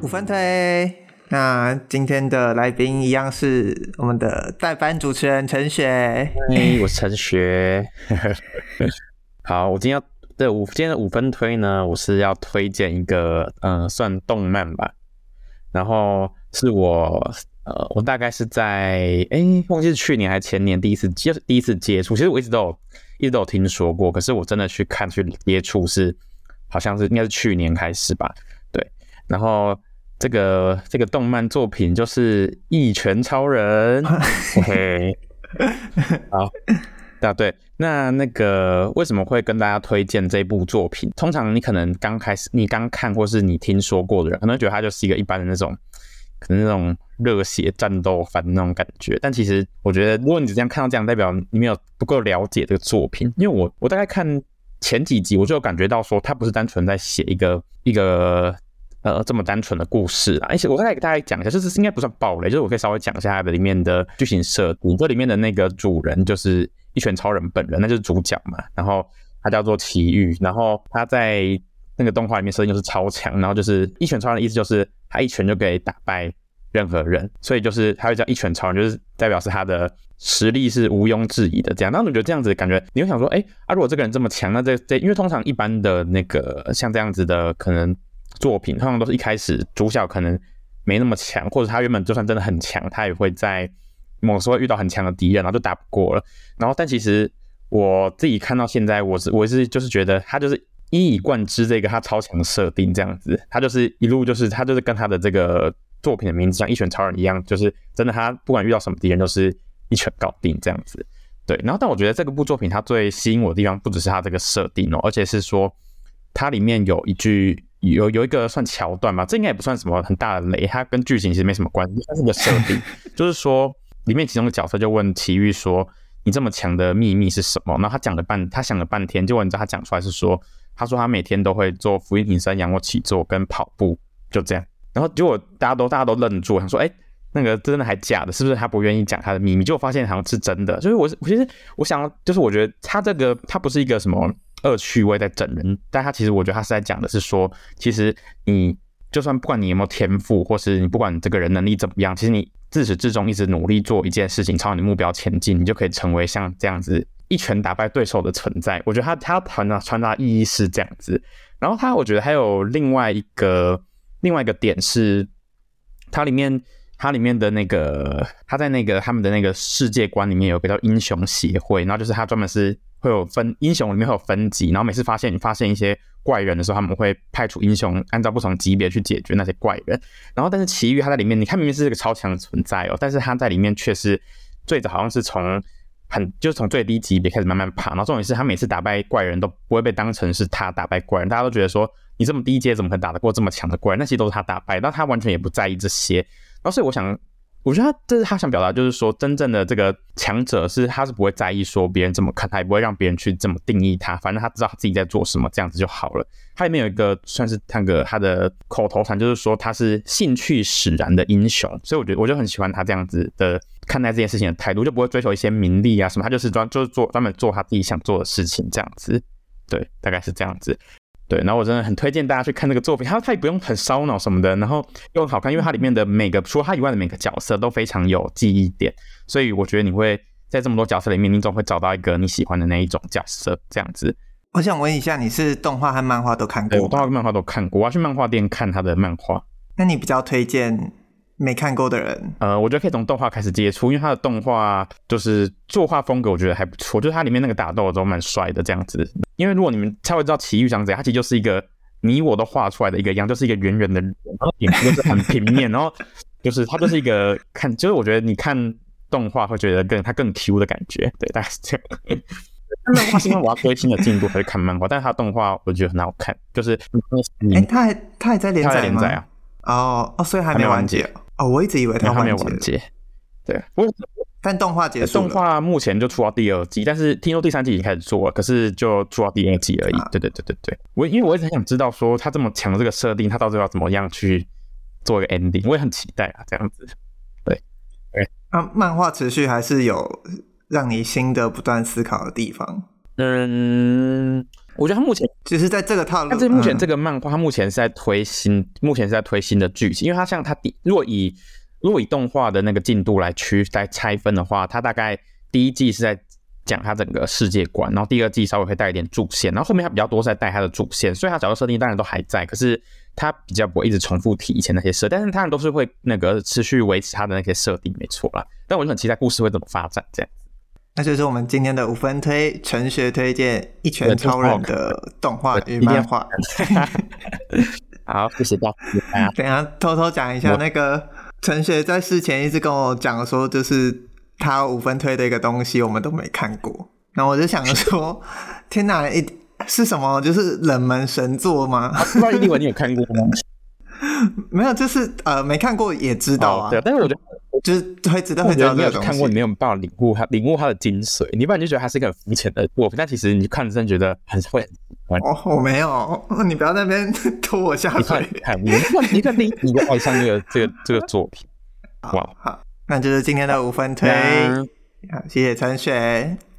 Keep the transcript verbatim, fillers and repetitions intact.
五分推。那今天的来宾一样是我们的代班主持人陈雪。 嘿，我是陈雪。好，我今天要的五今天的五分推呢，我是要推荐一个呃算动漫吧，然后是我呃我大概是在哎忘记是去年还是前年第一次接第一次接触，其实我一直都有一直都有听说过，可是我真的去看去接触是好像是应该是去年开始吧，对，然后。这个这个动漫作品就是《一拳超人》，OK， 好，啊对，那那个为什么会跟大家推荐这部作品？通常你可能刚开始，你刚看或是你听说过的人，可能会觉得它就是一个一般的那种，可能那种热血战斗番那种感觉。但其实我觉得，如果你只这样看到这样，代表你没有不够了解这个作品。因为我我大概看前几集，我就有感觉到说，它不是单纯在写一个一个。呃，这么单纯的故事啊，而且我大概给大家讲一下，就是应该不算爆雷，就是我可以稍微讲一下它的里面的剧情设定。这里面的那个主人就是一拳超人本人，那就是主角嘛。然后他叫做奇遇，然后他在那个动画里面设定就是超强，然后就是一拳超人的意思就是他一拳就可以打败任何人，所以就是他会叫一拳超人，就是代表是他的实力是毋庸置疑的这样。那我觉得这样子感觉，你会想说，哎、欸，啊，如果这个人这么强，那这这因为通常一般的那个像这样子的可能。作品通常都是一开始主角可能没那么强，或者他原本就算真的很强，他也会在某时候遇到很强的敌人，然后就打不过了。然后，但其实我自己看到现在，我是我是就是觉得他就是一以贯之这个他超强设定这样子，他就是一路就是他就是跟他的这个作品的名字像一拳超人一样，就是真的他不管遇到什么敌人都是一拳搞定这样子。对，然后但我觉得这个部作品它最吸引我的地方不只是它这个设定哦，而且是说它里面有一句。有有一个算桥段吧，这应该也不算什么很大的雷，它跟剧情其实没什么关系，它是个设定，就是说里面其中的角色就问奇遇说：“你这么强的秘密是什么？”然后他讲了半，他想了半天，结果你知道他讲出来是说，他说他每天都会做俯卧撑、仰卧起坐跟跑步，就这样。然后结果大家都大家都愣住，想说：“哎、欸，那个真的还假的？是不是他不愿意讲他的秘密？”结果发现好像是真的。就是我我其实我想，就是我觉得他这个他不是一个什么。恶趣味在整人，但他其实我觉得他是在讲的是说，其实你就算不管你有没有天赋，或是你不管你这个人能力怎么样，其实你自始至终一直努力做一件事情，朝你的目标前进，你就可以成为像这样子一拳打败对手的存在。我觉得他他传达传达意义是这样子。然后他我觉得还有另外一个另外一个点是，它里面它里面的那个他在那个他们的那个世界观里面有个叫英雄协会，然后就是他专门是。会有分英雄里面会有分级，然后每次发现你发现一些怪人的时候，他们会派出英雄按照不同级别去解决那些怪人。然后但是奇遇他在里面，你看明明是这个超强的存在哦，但是他在里面却是最早好像是从很就是从最低级别开始慢慢爬，然后重点是他每次打败怪人都不会被当成是他打败怪人，大家都觉得说你这么低阶怎么可能打得过这么强的怪人？那其实都是他打败，但他完全也不在意这些。然后所以我想。我觉得他这是他想表达，就是说，真正的这个强者是他是不会在意说别人怎么看他，也不会让别人去这么定义他，反正他知道他自己在做什么，这样子就好了。他里面有一个算是那个他的口头禅，就是说他是兴趣使然的英雄，所以我觉得我就很喜欢他这样子的看待这件事情的态度，就不会追求一些名利啊什么，他就是专就是做专门做他自己想做的事情这样子，对，大概是这样子。对，然后我真的很推荐大家去看这个作品，它它也不用很烧脑什么的，然后又很好看，因为它里面的每个除了它以外的每个角色都非常有记忆点，所以我觉得你会在这么多角色里面，你总会找到一个你喜欢的那一种角色，这样子。 我想问一下，你是动画和漫画都看过吗？ 对，我动画跟漫画都看过，我要去漫画店看它的漫画。 那你比较推荐没看过的人？ 呃，我觉得可以从动画开始接触，因为它的动画就是作画风格，我觉得还不错，就是它里面那个打斗都蛮帅的这样子。因为如果你们稍微知道奇遇长怎样，它其实就是一个你我都画出来的一个样，就是一个圆圆的人，然后脸就是很平面，然后就是它就是一个看，就是我觉得你看动画会觉得更它更 Q 的感觉，对，大概是这样。漫画是因为我要追新的进度才会看漫画，但是它动画我觉得很好看，就是哎、欸，它还它还在连载吗？ 它在连载啊。 哦哦，所以还没完结哦，我一直以为它还没有完结。对，我但动画结束了， 动画目前就出到第二季，但是听说第三季已经开始做了，可是就出到第二季而已。啊、对对对对对，我因为我一直很想知道说他这么强的这个设定，他到最后要怎么样去做一个 ending， 我也很期待啊，这样子。对，对啊，漫画持续还是有让你新的不断思考的地方。 嗯， 我觉得他目前就是在这个套路， 但是目前这个漫画，他目前是在推新，嗯、目前是在推新的剧情，因为他像他第，如果以如果以动画的那个进度来区来拆分的话，他大概第一季是在讲他整个世界观，然后第二季稍微会带一点主线，然后后面他比较多是在带他的主线，所以他角色设定当然都还在，可是他比较不会一直重复提以前那些设，但是他们都是会那个持续维持他的那些设定，没错啦。但我就很期待故事会怎么发展，这样。那就是我们今天的五分推，陈学推荐《一拳超人》的动画与漫画。 好，谢谢大家。 等一下偷偷讲一下，那个陈学在事前一直跟我讲说，就是他五分推的一个东西，我们都没看过。然后我就想说，天哪，一是什么？就是冷门神作吗？ 不知道一定文你有看过吗？ 没有，就是呃没看过也知道啊。 哦、对，但是我觉得。 就是会知道会知道这个东西。 你有看过，你没有办法领悟它，领悟它的精髓。你不然就觉得它是一个很肤浅的作品，但其实你看真的觉得很会很喜欢。 哦，我没有，你不要在那边拖我下水。 你看，你看，你看第一你就爱上这个这个这个作品。 哇，好，那就是今天的五分推。好，谢谢陈雪。